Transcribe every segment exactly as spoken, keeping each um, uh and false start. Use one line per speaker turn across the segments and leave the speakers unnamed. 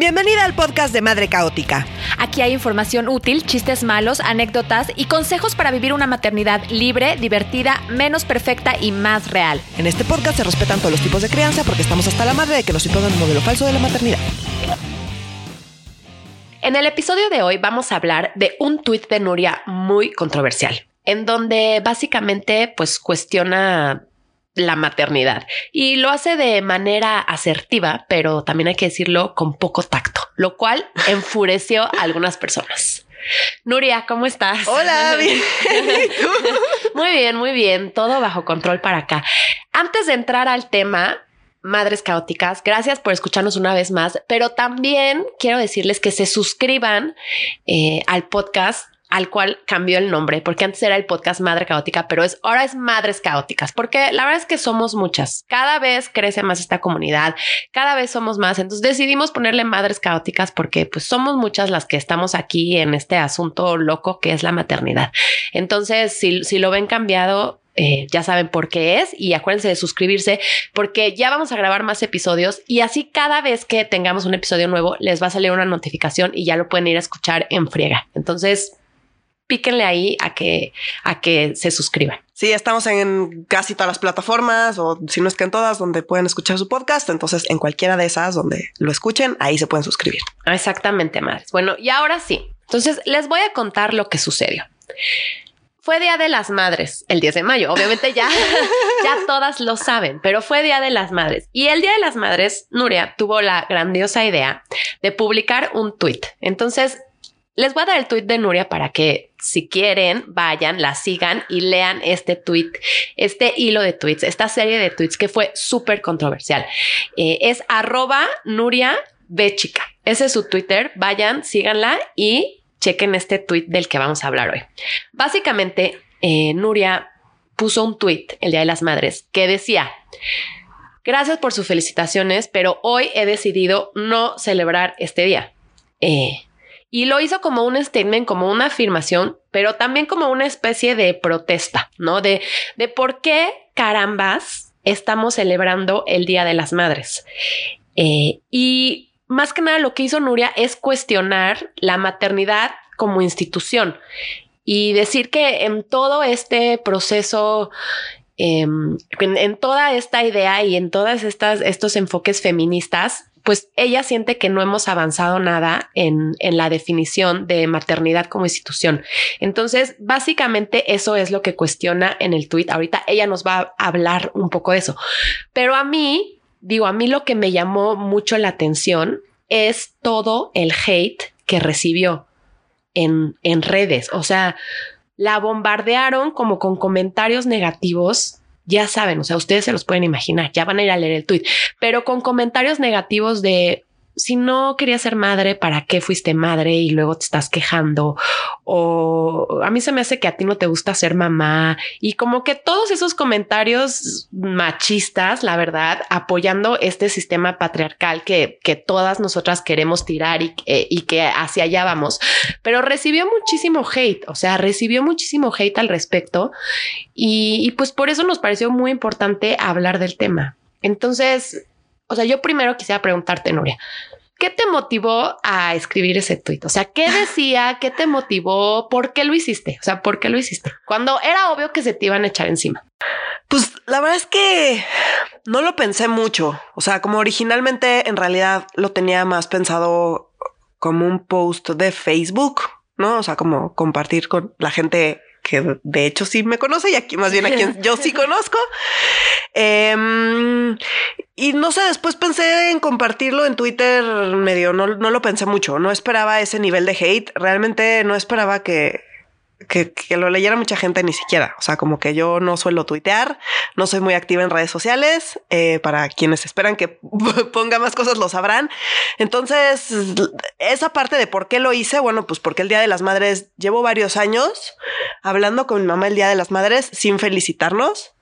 Bienvenida al podcast de Madre Caótica.
Aquí hay información útil, chistes malos, anécdotas y consejos para vivir una maternidad libre, divertida, menos perfecta y más real.
En este podcast se respetan todos los tipos de crianza porque estamos hasta la madre de que nos impongan un modelo falso de la maternidad.
En el episodio de hoy vamos a hablar de un tuit de Nuria muy controversial, en donde básicamente pues cuestiona la maternidad y lo hace de manera asertiva, pero también hay que decirlo con poco tacto, lo cual enfureció a algunas personas. Nuria, ¿cómo estás?
Hola, bien. ¿Y tú?
Muy bien, muy bien. Todo bajo control para acá. Antes de entrar al tema, Madres Caóticas, gracias por escucharnos una vez más, pero también quiero decirles que se suscriban eh, al podcast al cual cambió el nombre, porque antes era el podcast Madre Caótica, pero es ahora es Madres Caóticas, porque la verdad es que somos muchas. Cada vez crece más esta comunidad, cada vez somos más. Entonces decidimos ponerle Madres Caóticas porque pues somos muchas las que estamos aquí en este asunto loco que es la maternidad. Entonces, si, si lo ven cambiado, Eh, ya saben por qué es y acuérdense de suscribirse porque ya vamos a grabar más episodios y así cada vez que tengamos un episodio nuevo les va a salir una notificación y ya lo pueden ir a escuchar en friega. Entonces píquenle ahí a que, a que se suscriban.
Sí, estamos en casi todas las plataformas o si no es que en todas donde pueden escuchar su podcast. Entonces en cualquiera de esas donde lo escuchen, ahí se pueden suscribir.
Exactamente, madres. Bueno, y ahora sí. Entonces les voy a contar lo que sucedió. Fue Día de las Madres, el diez de mayo. Obviamente ya, ya todas lo saben, pero fue Día de las Madres. Y el Día de las Madres, Nuria tuvo la grandiosa idea de publicar un tuit. Entonces, les voy a dar el tuit de Nuria para que, si quieren, vayan, la sigan y lean este tuit, este hilo de tweets, esta serie de tweets que fue súper controversial. Eh, es arroba Nuria Bechica. Ese es su Twitter. Vayan, síganla y chequen este tuit del que vamos a hablar hoy. Básicamente, eh, Nuria puso un tuit el Día de las Madres que decía: gracias por sus felicitaciones, pero hoy he decidido no celebrar este día. Eh, y lo hizo como un statement, como una afirmación, pero también como una especie de protesta, ¿no? De, de por qué carambas estamos celebrando el Día de las Madres. Eh, y más que nada lo que hizo Nuria es cuestionar la maternidad como institución y decir que en todo este proceso, eh, en, en toda esta idea y en todas estas estos enfoques feministas, pues ella siente que no hemos avanzado nada en, en la definición de maternidad como institución. Entonces, básicamente eso es lo que cuestiona en el tuit. Ahorita ella nos va a hablar un poco de eso, pero a mí Digo, a mí lo que me llamó mucho la atención es todo el hate que recibió en, en redes. O sea, la bombardearon como con comentarios negativos. Ya saben, o sea, ustedes se los pueden imaginar, ya van a ir a leer el tuit, pero con comentarios negativos de: si no querías ser madre, ¿para qué fuiste madre? Y luego te estás quejando. O a mí se me hace que a ti no te gusta ser mamá. Y como que todos esos comentarios machistas, la verdad, apoyando este sistema patriarcal que, que todas nosotras queremos tirar y, eh, y que hacia allá vamos. Pero recibió muchísimo hate, o sea, recibió muchísimo hate al respecto. Y, y pues por eso nos pareció muy importante hablar del tema. Entonces, o sea, yo primero quisiera preguntarte, Nuria, ¿qué te motivó a escribir ese tuit? O sea, ¿qué decía? ¿Qué te motivó? ¿Por qué lo hiciste? O sea, ¿por qué lo hiciste? Cuando era obvio que se te iban a echar encima.
Pues la verdad es que no lo pensé mucho. O sea, como originalmente en realidad lo tenía más pensado como un post de Facebook, ¿no? O sea, como compartir con la gente que de hecho sí me conoce y aquí más bien a quien yo sí conozco. Eh, y no sé, después pensé en compartirlo en Twitter medio, no, no lo pensé mucho, no esperaba ese nivel de hate, realmente no esperaba que, que, que lo leyera mucha gente ni siquiera. O sea, como que yo no suelo tuitear, no soy muy activa en redes sociales. Eh, para quienes esperan que ponga más cosas lo sabrán. Entonces, esa parte de por qué lo hice, bueno, pues porque el Día de las Madres llevo varios años hablando con mi mamá el Día de las Madres sin felicitarnos.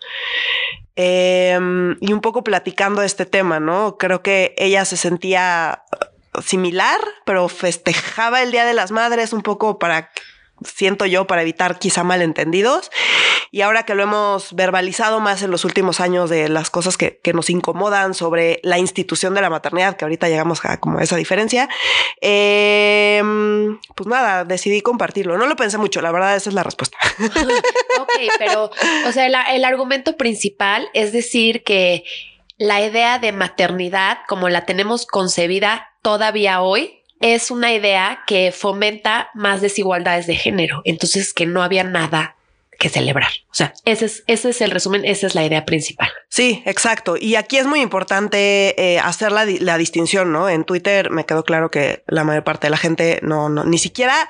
Eh, y un poco platicando este tema, ¿no? Creo que ella se sentía similar, pero festejaba el Día de las Madres un poco para siento yo, para evitar quizá malentendidos. Y ahora que lo hemos verbalizado más en los últimos años de las cosas que, que nos incomodan sobre la institución de la maternidad, que ahorita llegamos a como esa diferencia, eh, pues nada, decidí compartirlo. No lo pensé mucho, la verdad, esa es la respuesta.
Ok, pero, o sea, el, el argumento principal es decir que la idea de maternidad, como la tenemos concebida todavía hoy, es una idea que fomenta más desigualdades de género. Entonces, que no había nada que celebrar. O sea, ese es, ese es el resumen, esa es la idea principal.
Sí, exacto. Y aquí es muy importante eh, hacer la, la distinción, ¿no? En Twitter me quedó claro que la mayor parte de la gente no, no, ni siquiera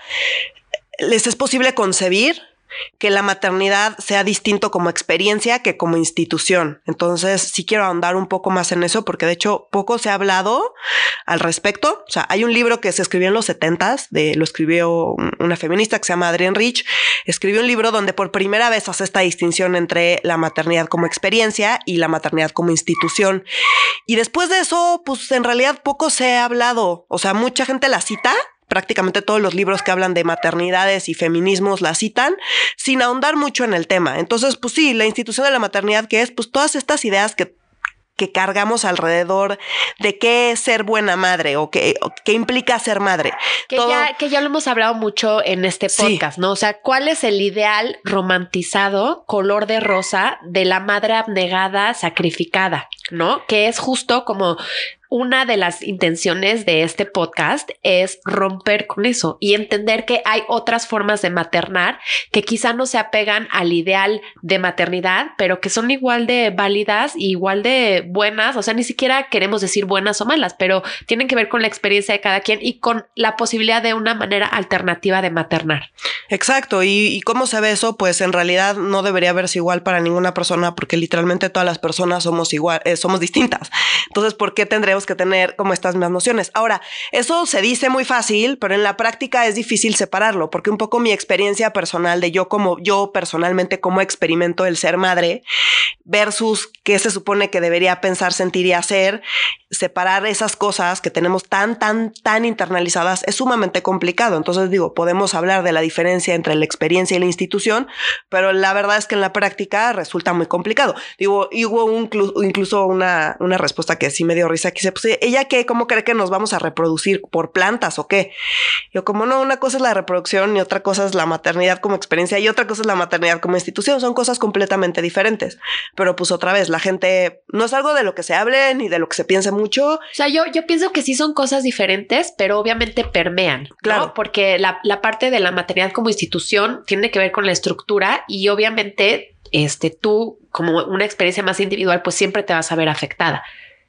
les es posible concebir que la maternidad sea distinto como experiencia que como institución. Entonces, sí quiero ahondar un poco más en eso, porque de hecho poco se ha hablado al respecto. O sea, hay un libro que se escribió en los setentas, de, lo escribió una feminista que se llama Adrienne Rich. Escribió un libro donde por primera vez hace esta distinción entre la maternidad como experiencia y la maternidad como institución. Y después de eso, pues en realidad poco se ha hablado. O sea, mucha gente la cita. Prácticamente todos los libros que hablan de maternidades y feminismos la citan sin ahondar mucho en el tema. Entonces, pues sí, la institución de la maternidad, que es pues todas estas ideas que, que cargamos alrededor de qué es ser buena madre o qué, o qué implica ser madre.
Que,
Todo...
ya, que ya lo hemos hablado mucho en este podcast, sí. ¿no? O sea, ¿cuál es el ideal romantizado, color de rosa, de la madre abnegada, sacrificada, ¿no? Que es justo como... Una de las intenciones de este podcast es romper con eso y entender que hay otras formas de maternar que quizá no se apegan al ideal de maternidad, pero que son igual de válidas y igual de buenas. O sea, ni siquiera queremos decir buenas o malas, pero tienen que ver con la experiencia de cada quien y con la posibilidad de una manera alternativa de maternar.
Exacto. ¿Y, y cómo se ve eso? Pues en realidad no debería verse igual para ninguna persona, porque literalmente todas las personas somos igual, eh, somos distintas. Entonces, ¿por qué tendremos que tener como estas mismas nociones? Ahora, eso se dice muy fácil, pero en la práctica es difícil separarlo, porque un poco mi experiencia personal de yo como yo personalmente cómo experimento el ser madre versus qué se supone que debería pensar, sentir y hacer, separar esas cosas que tenemos tan, tan, tan internalizadas es sumamente complicado. Entonces digo, podemos hablar de la diferencia entre la experiencia y la institución, pero la verdad es que en la práctica resulta muy complicado. Digo, y hubo un, incluso una, una respuesta que sí me dio risa, que dice, pues, ¿ella qué? ¿Cómo cree que nos vamos a reproducir? ¿Por plantas o qué? Yo como no, una cosa es la reproducción y otra cosa es la maternidad como experiencia y otra cosa es la maternidad como institución. Son cosas completamente diferentes. Pero pues otra vez, la gente no es algo de lo que se hable ni de lo que se piense mucho.
O sea, yo, yo pienso que sí son cosas diferentes, pero obviamente permean, ¿no?
Claro.
Porque la, la parte de la maternidad como institución tiene que ver con la estructura y obviamente este, tú como una experiencia más individual, pues siempre te vas a ver afectada.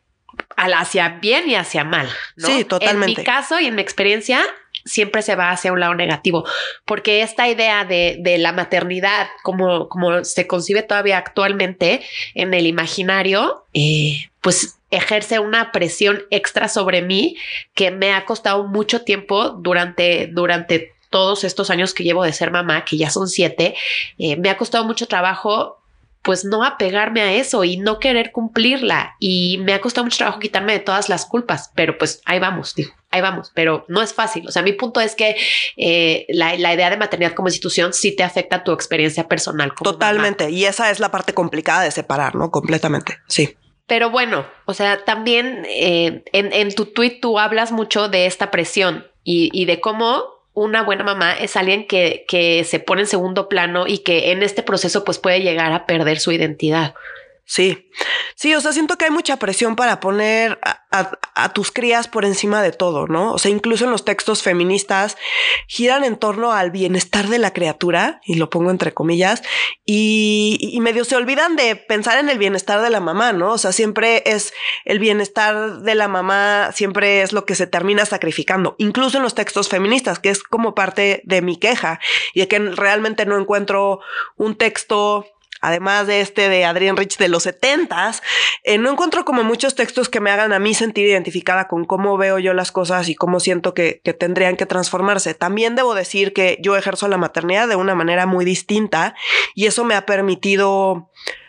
Hacia bien y hacia mal, ¿no?
Sí, totalmente.
En mi caso y en mi experiencia siempre se va hacia un lado negativo, porque esta idea de, de la maternidad como, como se concibe todavía actualmente en el imaginario, eh, pues ejerce una presión extra sobre mí que me ha costado mucho tiempo durante, durante todos estos años que llevo de ser mamá, que ya son siete. Eh, me ha costado mucho trabajo pues no apegarme a eso y no querer cumplirla. Y me ha costado mucho trabajo quitarme de todas las culpas, pero pues ahí vamos, digo, ahí vamos, pero no es fácil. O sea, mi punto es que eh, la, la idea de maternidad como institución sí te afecta a tu experiencia personal como
Totalmente.
mamá.
Y esa es la parte complicada de separar, ¿no? Completamente. Sí.
Pero bueno, o sea, también eh, en, en tu tweet tú hablas mucho de esta presión y, y de cómo una buena mamá es alguien que, que se pone en segundo plano y que en este proceso pues puede llegar a perder su identidad.
Sí, sí, o sea, siento que hay mucha presión para poner a, a, a tus crías por encima de todo, ¿no? O sea, incluso en los textos feministas giran en torno al bienestar de la criatura, y lo pongo entre comillas, y, y medio se olvidan de pensar en el bienestar de la mamá, ¿no? O sea, siempre es el bienestar de la mamá, siempre es lo que se termina sacrificando, incluso en los textos feministas, que es como parte de mi queja, y de que realmente no encuentro un texto... Además de este de Adrienne Rich de los setentas, eh, no encuentro como muchos textos que me hagan a mí sentir identificada con cómo veo yo las cosas y cómo siento que, que tendrían que transformarse. También debo decir que yo ejerzo la maternidad de una manera muy distinta y eso me ha permitido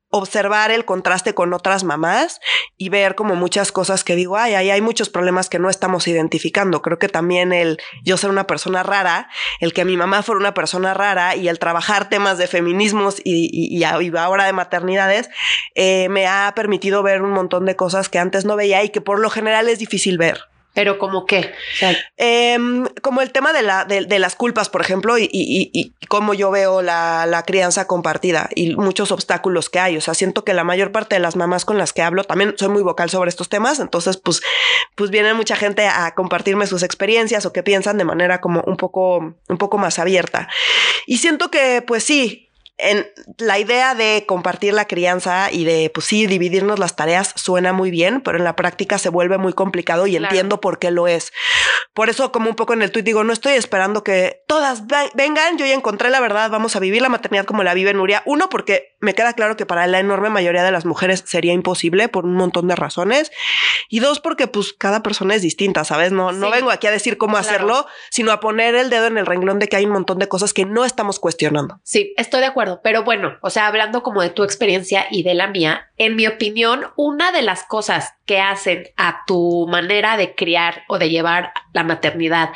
observar el contraste con otras mamás y ver como muchas cosas que digo, ay, ay, hay muchos problemas que no estamos identificando. Creo que también el yo ser una persona rara, el que mi mamá fuera una persona rara y el trabajar temas de feminismos y, y, y ahora de maternidades, eh, me ha permitido ver un montón de cosas que antes no veía y que por lo general es difícil ver.
¿Pero como qué? O sea,
eh, como el tema de, la, de, de las culpas, por ejemplo, y, y, y cómo yo veo la, la crianza compartida y muchos obstáculos que hay. O sea, siento que la mayor parte de las mamás con las que hablo, también soy muy vocal sobre estos temas, entonces pues, pues viene mucha gente a compartirme sus experiencias o que piensan de manera como un poco, un poco más abierta. Y siento que pues sí, en la idea de compartir la crianza y de, pues sí, dividirnos las tareas suena muy bien, pero en la práctica se vuelve muy complicado y claro. Entiendo por qué lo es. Por eso, como un poco en el tuit digo, no estoy esperando que todas vengan, yo ya encontré la verdad, vamos a vivir la maternidad como la vive Nuria. Uno, porque me queda claro que para la enorme mayoría de las mujeres sería imposible por un montón de razones. Y dos, porque pues cada persona es distinta, ¿sabes? No, sí. no vengo aquí a decir cómo claro. hacerlo, sino a poner el dedo en el renglón de que hay un montón de cosas que no estamos cuestionando.
Sí, estoy de acuerdo. Pero bueno, o sea, hablando como de tu experiencia y de la mía, en mi opinión, una de las cosas que hacen a tu manera de criar o de llevar la maternidad,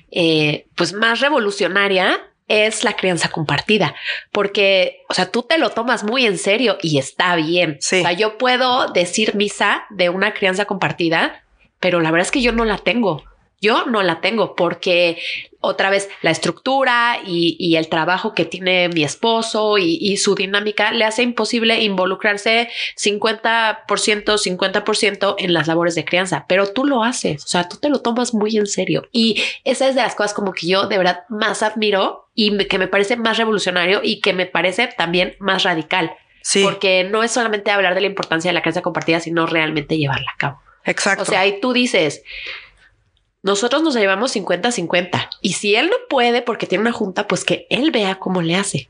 eh, pues más revolucionaria es la crianza compartida, porque, o sea, tú te lo tomas muy en serio y está bien.
Sí.
O sea, yo puedo decir misa de una crianza compartida, pero la verdad es que yo no la tengo. Yo no la tengo porque otra vez la estructura y, y el trabajo que tiene mi esposo y, y su dinámica le hace imposible involucrarse cincuenta por ciento, cincuenta por ciento en las labores de crianza, pero tú lo haces, o sea, tú te lo tomas muy en serio y esa es de las cosas como que yo de verdad más admiro y me, que me parece más revolucionario y que me parece también más radical. Sí. Porque no es solamente hablar de la importancia de la crianza compartida, sino realmente llevarla a cabo.
Exacto.
O sea, ahí tú dices... Nosotros nos llevamos cincuenta cincuenta y si él no puede porque tiene una junta, pues que él vea cómo le hace.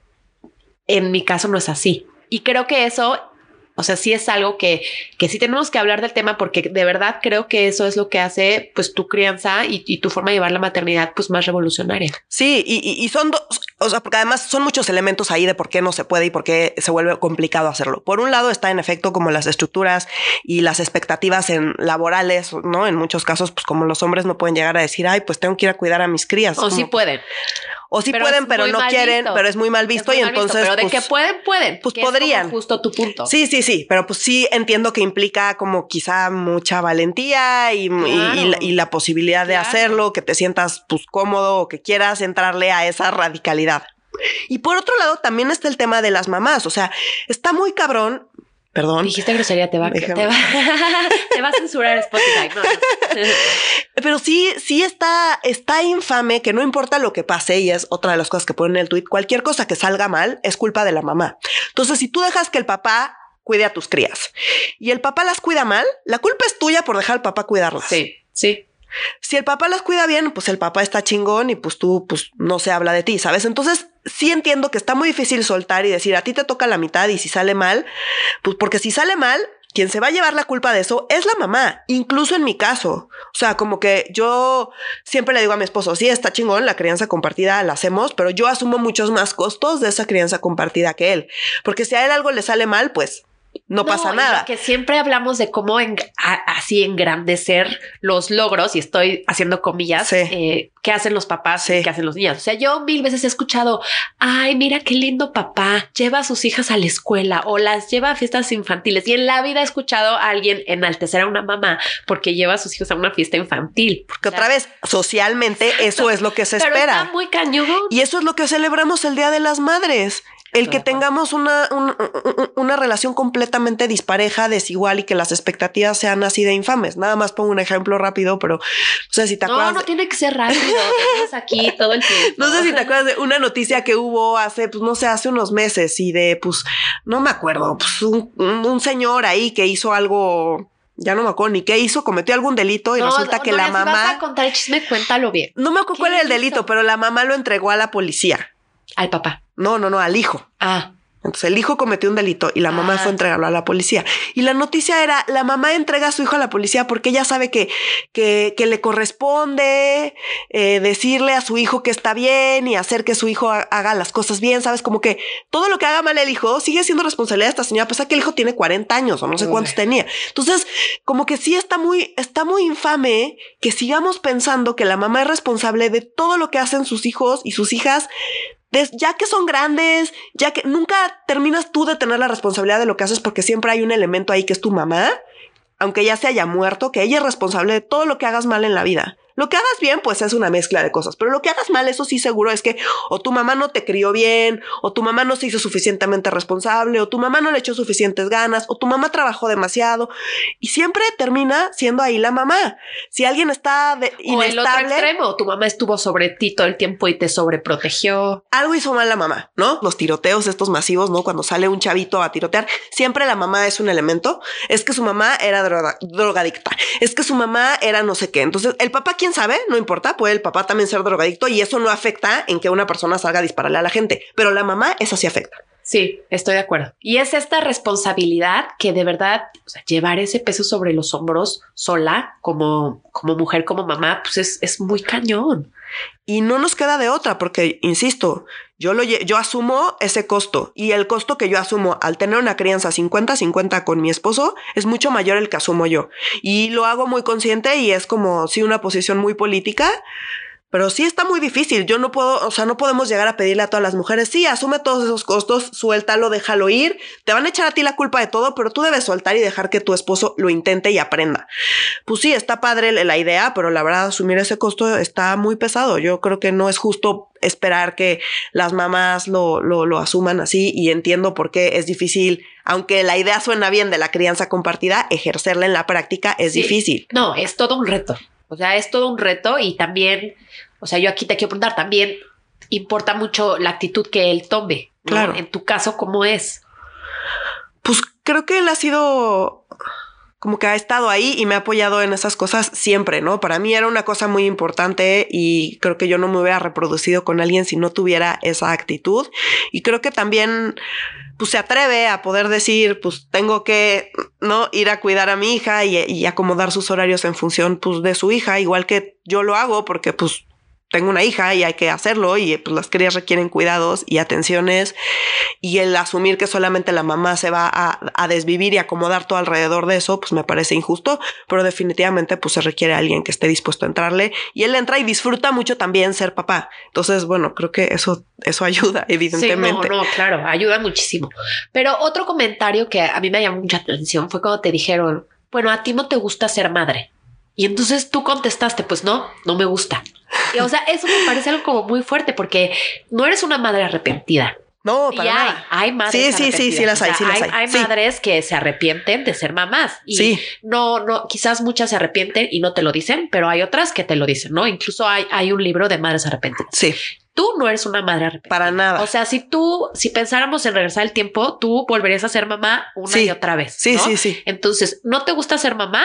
En mi caso no es así. Y creo que eso, o sea, sí es algo que, que sí tenemos que hablar del tema porque de verdad creo que eso es lo que hace pues tu crianza y, y tu forma de llevar la maternidad pues más revolucionaria.
Sí, y, y, y son dos, o sea, porque además son muchos elementos ahí de por qué no se puede y por qué se vuelve complicado hacerlo. Por un lado está en efecto como las estructuras y las expectativas en laborales, ¿no? En muchos casos, pues como los hombres no pueden llegar a decir, ay, pues tengo que ir a cuidar a mis crías.
O
como,
sí pueden.
O sí pero pueden, pero no quieren, visto. Pero es muy mal visto muy y mal entonces...
Visto, pero
pues,
de que pueden, pueden.
Pues podrían.
Es como justo tu punto.
Sí, sí, sí, pero pues sí entiendo que implica como quizá mucha valentía y, claro. y, y, la, y la posibilidad claro. de hacerlo, que te sientas pues cómodo o que quieras entrarle a esa radicalidad. Y por otro lado también está el tema de las mamás, o sea, está muy cabrón. Perdón.
Dijiste grosería, te va, te va, te va a censurar Spotify. No, no.
Pero sí, sí está, está infame que no importa lo que pase, y es otra de las cosas que ponen en el tweet, cualquier cosa que salga mal es culpa de la mamá. Entonces, si tú dejas que el papá cuide a tus crías y el papá las cuida mal, la culpa es tuya por dejar al papá cuidarlas.
Sí, sí.
Si el papá las cuida bien, pues el papá está chingón y pues tú, pues no se habla de ti, ¿sabes? Entonces sí entiendo que está muy difícil soltar y decir a ti te toca la mitad y si sale mal, pues porque si sale mal, quien se va a llevar la culpa de eso es la mamá, incluso en mi caso. O sea, como que yo siempre le digo a mi esposo, sí, está chingón, la crianza compartida la hacemos, pero yo asumo muchos más costos de esa crianza compartida que él. Porque si a él algo le sale mal, pues... No, no pasa nada.
Que siempre hablamos de cómo en, a, así engrandecer los logros, y estoy haciendo comillas, sí. eh, que hacen los papás sí. y que hacen los niños. O sea, yo mil veces he escuchado, ay, mira qué lindo papá, lleva a sus hijas a la escuela o las lleva a fiestas infantiles. Y en la vida he escuchado a alguien enaltecer a una mamá porque lleva a sus hijos a una fiesta infantil.
Porque o sea, otra vez, socialmente, exacto. Eso es lo que se
Pero
espera.
Está muy cañón.
Y eso es lo que celebramos el Día de las Madres. El que tengamos una, un, una relación completamente dispareja, desigual y que las expectativas sean así de infames. Nada más pongo un ejemplo rápido, pero no sé si te
no,
acuerdas.
No, no tiene que ser rápido. Tenemos aquí todo el tiempo.
No sé si te acuerdas de una noticia que hubo hace, pues no sé, hace unos meses y de, pues, no me acuerdo, pues un, un, un señor ahí que hizo algo... Ya no me acuerdo ni qué hizo, cometió algún delito y no, resulta que no, la mamá...
Si vas a contar el chisme, cuéntalo bien.
No me acuerdo cuál era el delito, pero la mamá lo entregó a la policía.
Al papá.
No, no, no, al hijo.
Ah.
Entonces el hijo cometió un delito y la mamá
Ah.
fue a entregarlo a la policía. Y la noticia era, la mamá entrega a su hijo a la policía porque ella sabe que, que, que le corresponde eh, decirle a su hijo que está bien y hacer que su hijo ha- haga las cosas bien. Sabes, como que todo lo que haga mal el hijo sigue siendo responsabilidad de esta señora, a pesar que el hijo tiene cuarenta años o no sé
Uy.
cuántos tenía. Entonces, como que sí está muy, está muy infame que sigamos pensando que la mamá es responsable de todo lo que hacen sus hijos y sus hijas. Des, ya que son grandes, ya que nunca terminas tú de tener la responsabilidad de lo que haces porque siempre hay un elemento ahí que es tu mamá, aunque ya se haya muerto, que ella es responsable de todo lo que hagas mal en la vida. Lo que hagas bien, pues es una mezcla de cosas, pero lo que hagas mal, eso sí seguro es que o tu mamá no te crió bien, o tu mamá no se hizo suficientemente responsable, o tu mamá no le echó suficientes ganas, o tu mamá trabajó demasiado, y siempre termina siendo ahí la mamá. Si alguien está de,
O el otro
inestable,
extremo, tu mamá estuvo sobre ti todo el tiempo y te sobreprotegió.
algo hizo mal la mamá, ¿no? Los tiroteos estos masivos, ¿no? Cuando sale un chavito a tirotear, siempre la mamá es un elemento. Es que su mamá era droga, drogadicta. Es que su mamá era no sé qué. Entonces, el papá, quién sabe, no importa, puede el papá también ser drogadicto y eso no afecta en que una persona salga a dispararle a la gente. Pero la mamá, eso sí afecta.
Sí, estoy de acuerdo. Y es esta responsabilidad que de verdad, o sea, llevar ese peso sobre los hombros sola, como, como mujer, como mamá, pues es, es muy cañón.
Y no nos queda de otra, porque, insisto, yo, lo, yo asumo ese costo y el costo que yo asumo al tener una crianza cincuenta cincuenta con mi esposo es mucho mayor el que asumo yo. Y lo hago muy consciente y es como, sí, una posición muy política, pero sí está muy difícil. Yo no puedo, o sea, no podemos llegar a pedirle a todas las mujeres, sí, asume todos esos costos, suéltalo, déjalo ir. Te van a echar a ti la culpa de todo, pero tú debes soltar y dejar que tu esposo lo intente y aprenda. Pues sí, está padre la idea, pero la verdad asumir ese costo está muy pesado. Yo creo que no es justo esperar que las mamás lo, lo, lo asuman así y entiendo por qué es difícil. Aunque la idea suena bien de la crianza compartida, ejercerla en la práctica es
Sí.
difícil.
No, es todo un reto. O sea, es todo un reto y también, o sea, yo aquí te quiero preguntar, también importa mucho la actitud que él tome, ¿no?
Claro.
En tu caso, ¿cómo es?
Pues creo que él ha sido como que ha estado ahí y me ha apoyado en esas cosas siempre, ¿no? Para mí era una cosa muy importante y creo que yo no me hubiera reproducido con alguien si no tuviera esa actitud. Y creo que también pues se atreve a poder decir, pues tengo que, ¿no? Ir a cuidar a mi hija y, y acomodar sus horarios en función, pues, de su hija, igual que yo lo hago porque, pues, tengo una hija y hay que hacerlo y pues las crías requieren cuidados y atenciones y el asumir que solamente la mamá se va a, a desvivir y acomodar todo alrededor de eso, pues me parece injusto, pero definitivamente pues se requiere alguien que esté dispuesto a entrarle y él entra y disfruta mucho también ser papá. Entonces, bueno, creo que eso, eso ayuda evidentemente.
Sí, no, no, claro, ayuda muchísimo. Pero otro comentario que a mí me llamó mucha atención fue cuando te dijeron, bueno, a ti no te gusta ser madre. Y entonces tú contestaste, pues no, no me gusta. Y, o sea, eso me parece algo como muy fuerte porque no eres una madre arrepentida.
No,
Y
para
hay,
nada.
hay madres
Sí, sí, sí, sí las hay,
o sea,
sí las
hay.
hay.
Hay
Sí.
madres que se arrepienten de ser mamás y
Sí.
no, no, quizás muchas se arrepienten y no te lo dicen, pero hay otras que te lo dicen, ¿no? Incluso hay, hay un libro de madres arrepentidas.
Sí,
Tú no eres una madre arrepentida.
para nada.
O sea, si tú, si pensáramos en regresar el tiempo, tú volverías a ser mamá una
Sí.
y otra vez.
Sí,
¿no?
sí, sí.
Entonces, no te gusta ser mamá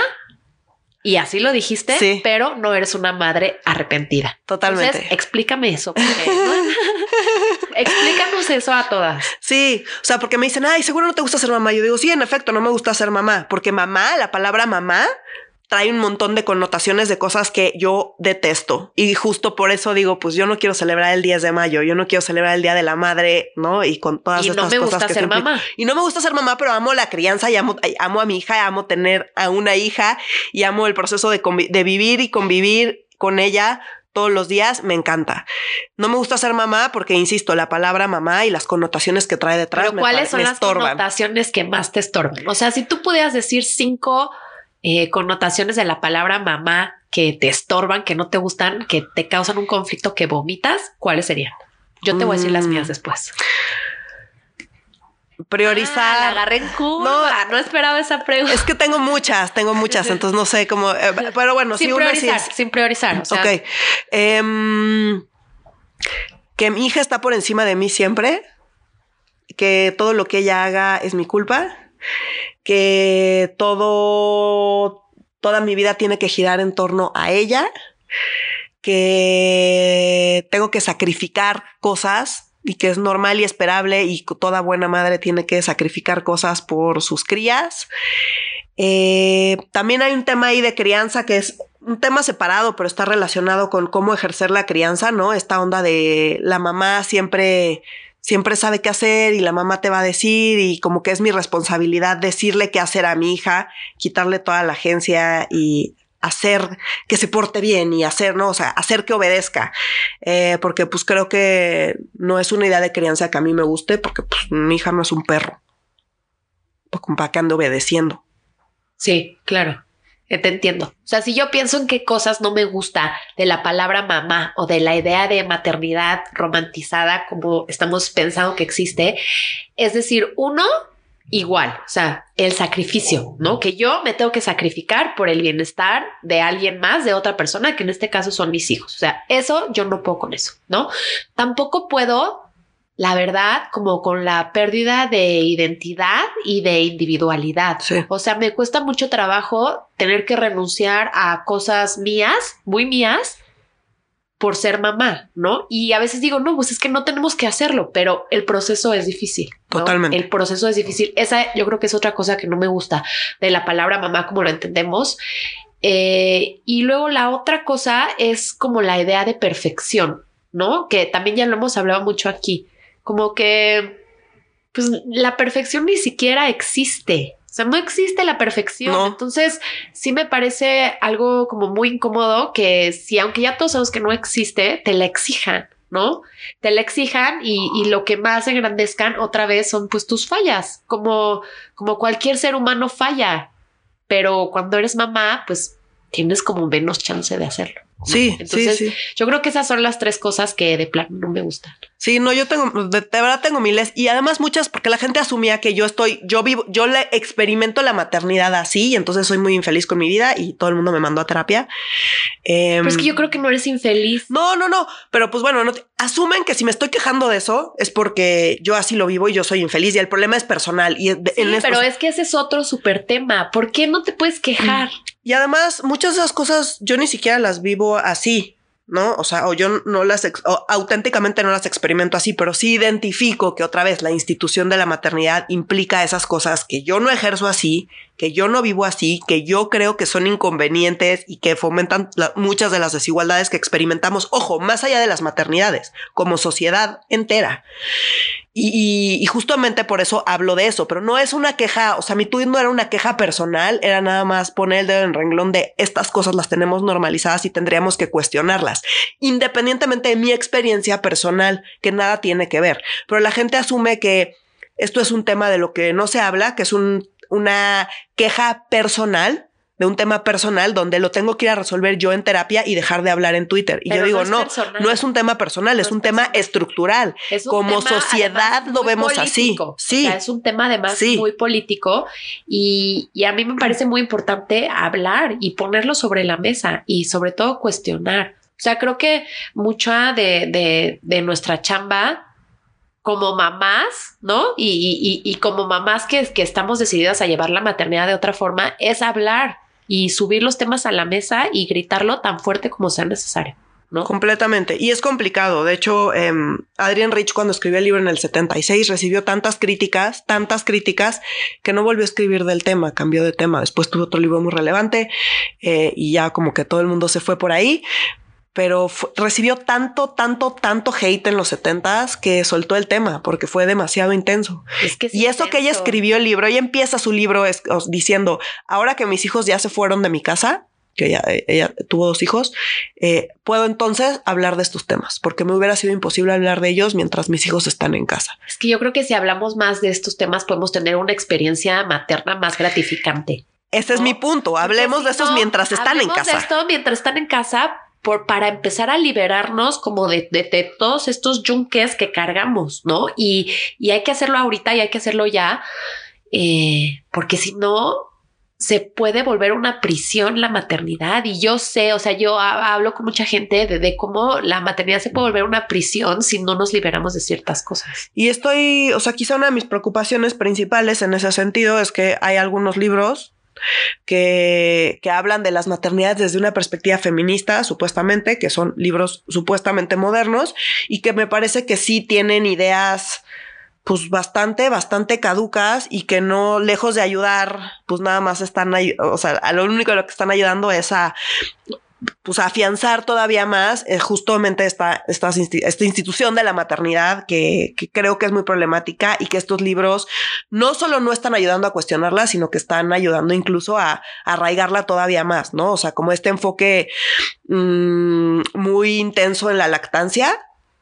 y así lo dijiste,
Sí.
pero no eres una madre arrepentida.
Totalmente.
Entonces, explícame eso. Porque, ¿no? Explícanos eso a todas.
Sí, o sea, porque me dicen, ay, seguro no te gusta ser mamá. Yo digo, sí, en efecto, no me gusta ser mamá, porque mamá, la palabra mamá, trae un montón de connotaciones de cosas que yo detesto. Y justo por eso digo, pues yo no quiero celebrar el diez de mayo, yo no quiero celebrar el Día de la Madre, ¿no? Y con todas
Y
estas
no me
cosas
gusta
que
ser
siempre-
mamá.
Y no me gusta ser mamá, pero amo la crianza y amo, amo a mi hija, amo tener a una hija y amo el proceso de, convi- de vivir y convivir con ella todos los días, me encanta. No me gusta ser mamá porque, insisto, la palabra mamá y las connotaciones que trae detrás
Pero
me
¿cuáles
pare-
son
me
las
estorban.
connotaciones que más te estorban? O sea, si tú pudieras decir cinco eh, connotaciones de la palabra mamá que te estorban, que no te gustan, que te causan un conflicto, que vomitas, ¿cuáles serían? Yo te voy a decir las
Mm.
mías después.
Priorizar.
Ah, la agarré en curva. No, no esperaba esa pregunta.
Es que tengo muchas, tengo muchas, entonces no sé cómo. eh, pero bueno,
sin
sí, una sí
priorizar,
es.
sin priorizar. O sea,
Ok. Em, que mi hija está por encima de mí siempre. Que todo lo que ella haga es mi culpa. Que todo. Toda mi vida tiene que girar en torno a ella. Que tengo que sacrificar cosas y que es normal y esperable y toda buena madre tiene que sacrificar cosas por sus crías. Eh, también hay un tema ahí de crianza que es un tema separado, pero está relacionado con cómo ejercer la crianza, ¿no? Esta onda de la mamá siempre, siempre sabe qué hacer y la mamá te va a decir y como que es mi responsabilidad decirle qué hacer a mi hija, quitarle toda la agencia y hacer que se porte bien y hacer, ¿no? O sea, hacer que obedezca. Eh, porque pues creo que no es una idea de crianza que a mí me guste porque pues mi hija no es un perro. ¿Para qué ande obedeciendo?
Sí, claro. Te entiendo. O sea, si yo pienso en qué cosas no me gusta de la palabra mamá o de la idea de maternidad romantizada como estamos pensando que existe, es decir, uno, igual, o sea, el sacrificio, ¿no? Que yo me tengo que sacrificar por el bienestar de alguien más, de otra persona, que en este caso son mis hijos. O sea, eso yo no puedo con eso, ¿no? Tampoco puedo, la verdad, como con la pérdida de identidad y de individualidad.
Sí.
O sea, me cuesta mucho trabajo tener que renunciar a cosas mías, muy mías, por ser mamá, ¿no? Y a veces digo, no, pues es que no tenemos que hacerlo, pero el proceso es difícil, ¿no?
Totalmente.
El proceso es difícil. Esa yo creo que es otra cosa que no me gusta de la palabra mamá como lo entendemos. Eh, y luego la otra cosa es como la idea de perfección, ¿no? Que también ya lo hemos hablado mucho aquí. Como que, pues, la perfección ni siquiera existe. O sea, no existe la perfección. No. Entonces, sí me parece algo como muy incómodo que si, aunque ya todos sabemos que no existe, te la exijan, ¿no? Te la exijan y, y lo que más engrandezcan otra vez son pues tus fallas, como, como cualquier ser humano falla. Pero cuando eres mamá, pues tienes como menos chance de hacerlo, ¿no?
Sí,
entonces
sí, sí.
Yo creo que esas son las tres cosas que de plano no me gustan.
Sí, no, yo tengo, de, de verdad tengo miles y además muchas porque la gente asumía que yo estoy, yo vivo, yo le experimento la maternidad así y entonces soy muy infeliz con mi vida y todo el mundo me mandó a terapia.
Eh, pero es que yo creo que no eres infeliz.
No, no, no, pero pues bueno, no te, asumen que si me estoy quejando de eso es porque yo así lo vivo y yo soy infeliz y el problema es personal. Y
sí,
en
esto, pero es que ese es otro súper tema. ¿Por qué no te puedes quejar?
Y además muchas de esas cosas yo ni siquiera las vivo así, ¿no? O sea, o yo no las, o auténticamente no las experimento así, pero sí identifico que otra vez la institución de la maternidad implica esas cosas que yo no ejerzo así, que yo no vivo así, que yo creo que son inconvenientes y que fomentan la, muchas de las desigualdades que experimentamos, ojo, más allá de las maternidades, como sociedad entera. Y, y, y justamente por eso hablo de eso, pero no es una queja, o sea, mi tuit no era una queja personal, era nada más poner el dedo en el renglón de estas cosas las tenemos normalizadas y tendríamos que cuestionarlas, independientemente de mi experiencia personal, que nada tiene que ver. Pero la gente asume que esto es un tema de lo que no se habla, que es un, una queja personal, de un tema personal donde lo tengo que ir a resolver yo en terapia y dejar de hablar en Twitter. Y pero yo digo, no, no, no es un tema personal, no es un tema estructural. Es un Como tema, sociedad lo vemos político. Así. Sí.
O sea, es un tema además sí. muy político y, y a mí me parece muy importante hablar y ponerlo sobre la mesa y sobre todo cuestionar. O sea, creo que mucha de, de, de nuestra chamba como mamás, ¿no? Y, y, y como mamás que, que estamos decididas a llevar la maternidad de otra forma, es hablar y subir los temas a la mesa y gritarlo tan fuerte como sea necesario, ¿no?
Completamente. Y es complicado. De hecho, eh, Adrienne Rich, cuando escribió el libro en el setenta y seis, recibió tantas críticas, tantas críticas, que no volvió a escribir del tema, cambió de tema. Después tuvo otro libro muy relevante eh, y ya como que todo el mundo se fue por ahí. Pero fue, recibió tanto, tanto, tanto hate en los setentas que soltó el tema porque fue demasiado intenso.
Es que es
y eso
intenso.
Que ella escribió el libro, ella empieza su libro es, os, diciendo, ahora que mis hijos ya se fueron de mi casa, que ella, ella tuvo dos hijos, eh, puedo entonces hablar de estos temas porque me hubiera sido imposible hablar de ellos mientras mis hijos están en casa.
Es que yo creo que si hablamos más de estos temas podemos tener una experiencia materna más gratificante.
Ese ¿no? es mi punto. Hablemos de esos no, mientras están en casa.
Hablemos de esto mientras están en casa. Por, para empezar a liberarnos como de, de, de todos estos yunques que cargamos, ¿no? Y, y hay que hacerlo ahorita y hay que hacerlo ya, eh, porque si no, se puede volver una prisión la maternidad. Y yo sé, o sea, yo hablo con mucha gente de, de cómo la maternidad se puede volver una prisión si no nos liberamos de ciertas cosas.
Y estoy, o sea, quizá una de mis preocupaciones principales en ese sentido es que hay algunos libros que, que hablan de las maternidades desde una perspectiva feminista, supuestamente, que son libros supuestamente modernos y que me parece que sí tienen ideas pues bastante, bastante caducas y que no, lejos de ayudar, pues nada más están, o sea, a lo único de lo que están ayudando es a pues a afianzar todavía más eh, justamente esta, esta, esta institución de la maternidad que, que creo que es muy problemática y que estos libros no solo no están ayudando a cuestionarla, sino que están ayudando incluso a, a arraigarla todavía más, ¿no? O sea, como este enfoque mmm, muy intenso en la lactancia.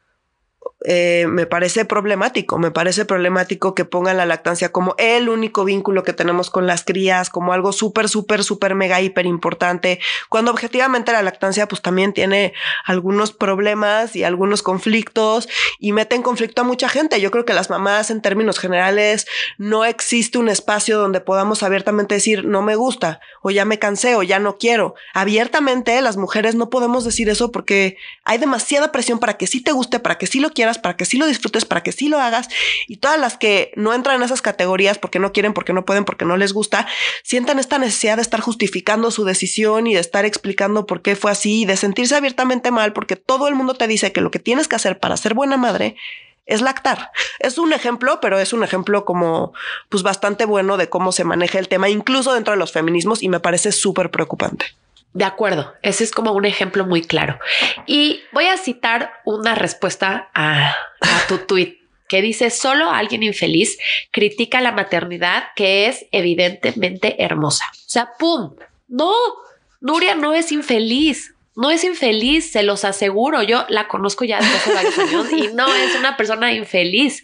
Eh, me parece problemático, me parece problemático que pongan la lactancia como el único vínculo que tenemos con las crías, como algo súper, súper, súper mega, hiper importante, cuando objetivamente la lactancia pues también tiene algunos problemas y algunos conflictos y mete en conflicto a mucha gente. Yo creo que las mamás en términos generales no existe un espacio donde podamos abiertamente decir no me gusta o ya me cansé o ya no quiero. Abiertamente las mujeres no podemos decir eso porque hay demasiada presión para que sí te guste, para que sí lo quieras, para que sí lo disfrutes, para que sí lo hagas, y todas las que no entran en esas categorías porque no quieren, porque no pueden, porque no les gusta, sientan esta necesidad de estar justificando su decisión y de estar explicando por qué fue así y de sentirse abiertamente mal porque todo el mundo te dice que lo que tienes que hacer para ser buena madre es lactar. Es un ejemplo, pero es un ejemplo como pues bastante bueno de cómo se maneja el tema incluso dentro de los feminismos y me parece súper preocupante.
De acuerdo, ese es como un ejemplo muy claro. Y voy a citar una respuesta a, a tu tweet que dice: solo alguien infeliz critica la maternidad que es evidentemente hermosa. O sea, ¡pum! No, Nuria no es infeliz. No es infeliz, se los aseguro. Yo la conozco ya desde hace varios años y no es una persona infeliz.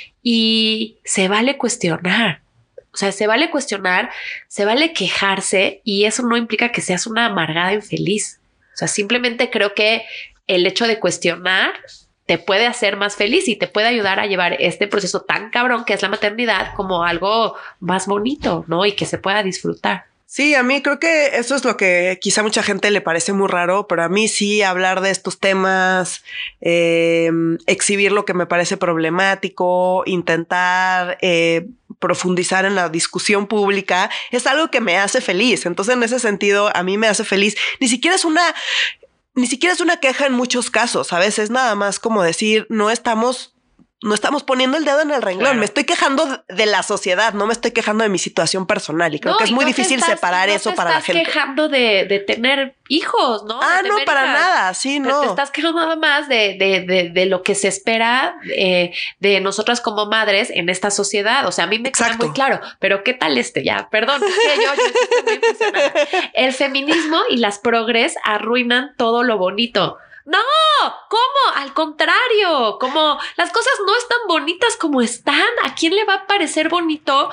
Y se vale cuestionar. O sea, se vale cuestionar, se vale quejarse y eso no implica que seas una amargada infeliz. O sea, simplemente creo que el hecho de cuestionar te puede hacer más feliz y te puede ayudar a llevar este proceso tan cabrón que es la maternidad como algo más bonito, ¿no? Y que se pueda disfrutar.
Sí, a mí creo que eso es lo que quizá a mucha gente le parece muy raro, pero a mí sí hablar de estos temas, eh, exhibir lo que me parece problemático, intentar eh, profundizar en la discusión pública, es algo que me hace feliz. Entonces, en ese sentido, a mí me hace feliz. Ni siquiera es una... Ni siquiera es una queja en muchos casos. A veces nada más como decir, no estamos... No estamos poniendo el dedo en el renglón. Claro. Me estoy quejando de la sociedad, no me estoy quejando de mi situación personal. Y creo no, que es muy difícil estás, separar no eso para la gente.
No te estás quejando de, de tener hijos, ¿no?
Ah, no, para hijas. Nada. Sí, no.
Te, te estás quejando nada más de, de, de, de lo que se espera eh, de nosotras como madres en esta sociedad. O sea, a mí me queda muy claro. Pero ¿qué tal este? Ya, perdón. Es que yo, yo estoy muy impresionada. El feminismo y las progres arruinan todo lo bonito. No, ¿cómo? Al contrario, como las cosas no están bonitas como están. ¿A quién le va a parecer bonito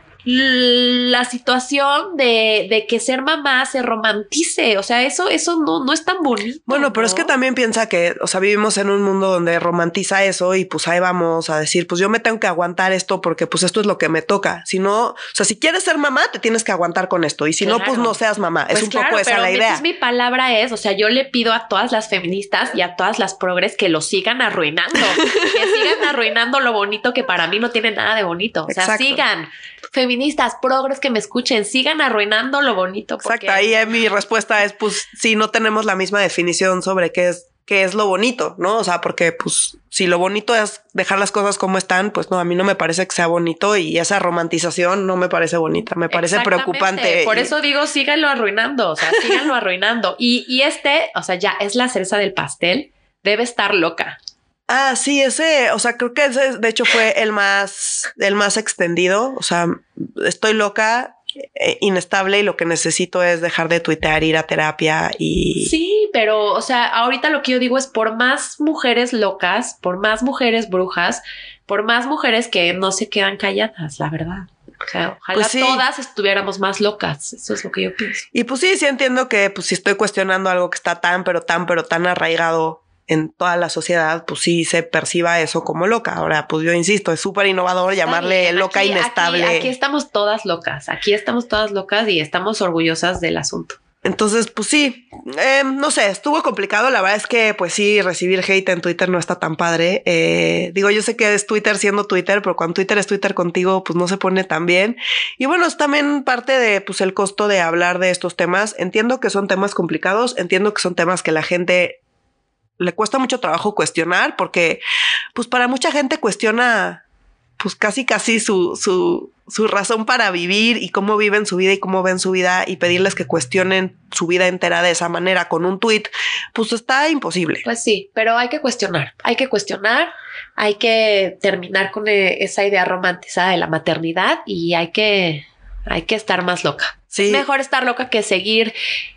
la situación de, de que ser mamá se romantice? O sea, eso, eso no, no es tan bonito.
Bueno, pero
¿no?
Es que también piensa que, o sea, vivimos en un mundo donde romantiza eso y pues ahí vamos a decir, pues yo me tengo que aguantar esto porque pues esto es lo que me toca. Si no, o sea, si quieres ser mamá, te tienes que aguantar con esto y si claro. no, pues no seas mamá. Pues es un claro, poco esa
pero
la idea.
Entonces mi palabra es, o sea, yo le pido a todas las feministas y a todas las progres que lo sigan arruinando, que sigan arruinando lo bonito que para mí no tiene nada de bonito. O sea, Exacto. sigan. Feministas, progres que me escuchen, sigan arruinando lo bonito.
Porque... Exacto, ahí mi respuesta es, pues, sí, no tenemos la misma definición sobre qué es, qué es lo bonito, ¿no? O sea, porque, pues, si lo bonito es dejar las cosas como están, pues no, a mí no me parece que sea bonito y esa romantización no me parece bonita, me parece preocupante.
Por
y...
eso digo, síganlo arruinando, o sea, síganlo arruinando. Y, y este, o sea, ya es la cereza del pastel, debe estar loca.
Ah, sí, ese, o sea, creo que ese de hecho fue el más, el más extendido. O sea, estoy loca, eh, inestable y lo que necesito es dejar de tuitear, ir a terapia y...
Sí, pero, o sea, ahorita lo que yo digo es por más mujeres locas, por más mujeres brujas, por más mujeres que no se quedan calladas, la verdad. O sea, ojalá pues sí. todas estuviéramos más locas. Eso es lo que yo pienso.
Y pues sí, sí entiendo que pues si estoy cuestionando algo que está tan, pero tan, pero tan arraigado en toda la sociedad, pues sí se perciba eso como loca. Ahora, pues yo insisto, es súper innovador llamarle bien. loca
aquí,
inestable.
Aquí, aquí estamos todas locas, aquí estamos todas locas y estamos orgullosas del asunto.
entonces, pues sí, eh, no sé, estuvo complicado. La verdad es que, pues sí, recibir hate en Twitter no está tan padre. Eh, digo, yo sé que es Twitter siendo Twitter, pero cuando Twitter es Twitter contigo, pues no se pone tan bien. Y bueno, es también parte de, pues, el costo de hablar de estos temas. Entiendo que son temas complicados, entiendo que son temas que la gente le cuesta mucho trabajo cuestionar, porque, pues, para mucha gente cuestiona, pues, casi, casi su, su, su razón para vivir y cómo viven su vida y cómo ven su vida, y pedirles que cuestionen su vida entera de esa manera con un tweet, pues está imposible.
Pues sí, pero hay que cuestionar, hay que cuestionar, hay que terminar con esa idea romantizada de la maternidad y hay que, hay que estar más loca. Sí. Es mejor estar loca que seguir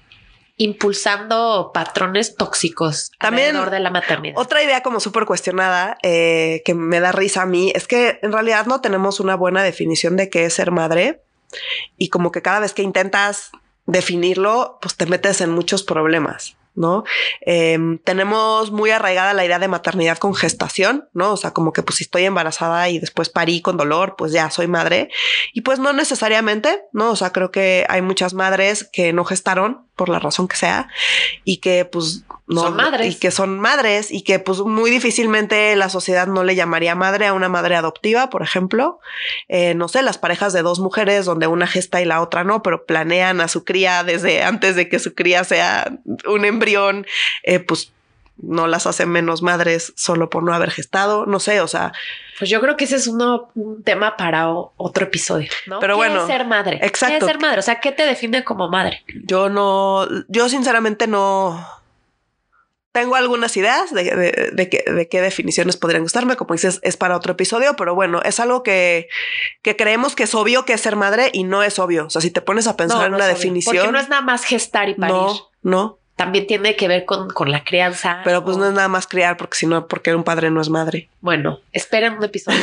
impulsando patrones tóxicos
también
alrededor de la maternidad.
Otra idea como súper cuestionada eh, que me da risa a mí es que en realidad no tenemos una buena definición de qué es ser madre, y como que cada vez que intentas definirlo, pues te metes en muchos problemas, ¿no? Eh, tenemos muy arraigada la idea de maternidad con gestación, ¿no? O sea, como que pues si estoy embarazada y después parí con dolor, pues ya soy madre. Y pues no necesariamente, ¿no? O sea, creo que hay muchas madres que no gestaron por la razón que sea y que pues no
son madres
y que son madres y que pues muy difícilmente la sociedad no le llamaría madre a una madre adoptiva, por ejemplo. Eh, no sé, las parejas de dos mujeres donde una gesta y la otra no, pero planean a su cría desde antes de que su cría sea un embrión, eh, pues no las hacen menos madres solo por no haber gestado. No sé, o sea,
pues yo creo que ese es uno, un tema para o, otro episodio, ¿no?
Pero
¿Qué
bueno,
es ser madre?
Exacto.
¿Qué es ser madre? O sea, ¿qué te define como madre?
Yo no, yo sinceramente no tengo algunas ideas de, de, de, de, de qué definiciones podrían gustarme. Como dices, es para otro episodio, pero bueno, es algo que, que creemos que es obvio que es ser madre y no es obvio. O sea, si te pones a pensar
no,
en
no
una
es
definición.
Porque no es nada más gestar y parir.
No, no.
También tiene que ver con, con la crianza.
Pero pues
o...
no es nada más criar, porque si no, porque un padre no es madre.
Bueno, esperen un episodio.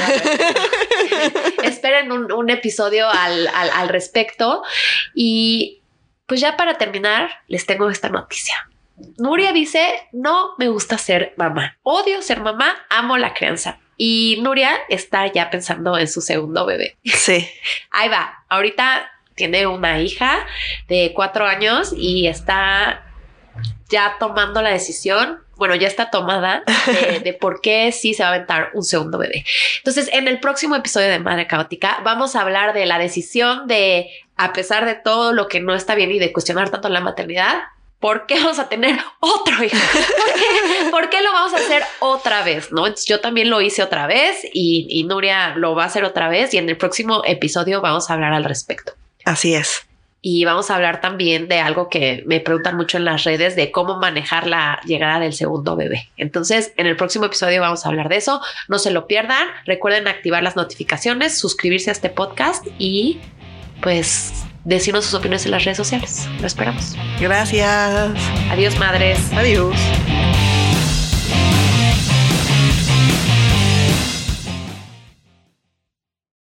esperen un, un episodio al, al, al respecto. Y pues ya para terminar, les tengo esta noticia. Nuria dice, no me gusta ser mamá. Odio ser mamá, amo la crianza. Y Nuria está ya pensando en su segundo bebé.
Sí.
Ahí va. Ahorita tiene una hija de cuatro años y está ya tomando la decisión, bueno, ya está tomada de, de por qué sí se va a aventar un segundo bebé. Entonces, en el próximo episodio de Madre Caótica vamos a hablar de la decisión de, a pesar de todo lo que no está bien y de cuestionar tanto la maternidad, ¿por qué vamos a tener otro hijo? ¿Por qué, ¿Por qué lo vamos a hacer otra vez? ¿No? Entonces, yo también lo hice otra vez y, y Nuria lo va a hacer otra vez y en el próximo episodio vamos a hablar al respecto.
Así es.
Y vamos a hablar también de algo que me preguntan mucho en las redes, de cómo manejar la llegada del segundo bebé. Entonces, en el próximo episodio vamos a hablar de eso. No se lo pierdan. Recuerden activar las notificaciones, suscribirse a este podcast y pues decirnos sus opiniones en las redes sociales. Lo esperamos.
Gracias.
Adiós, madres.
Adiós.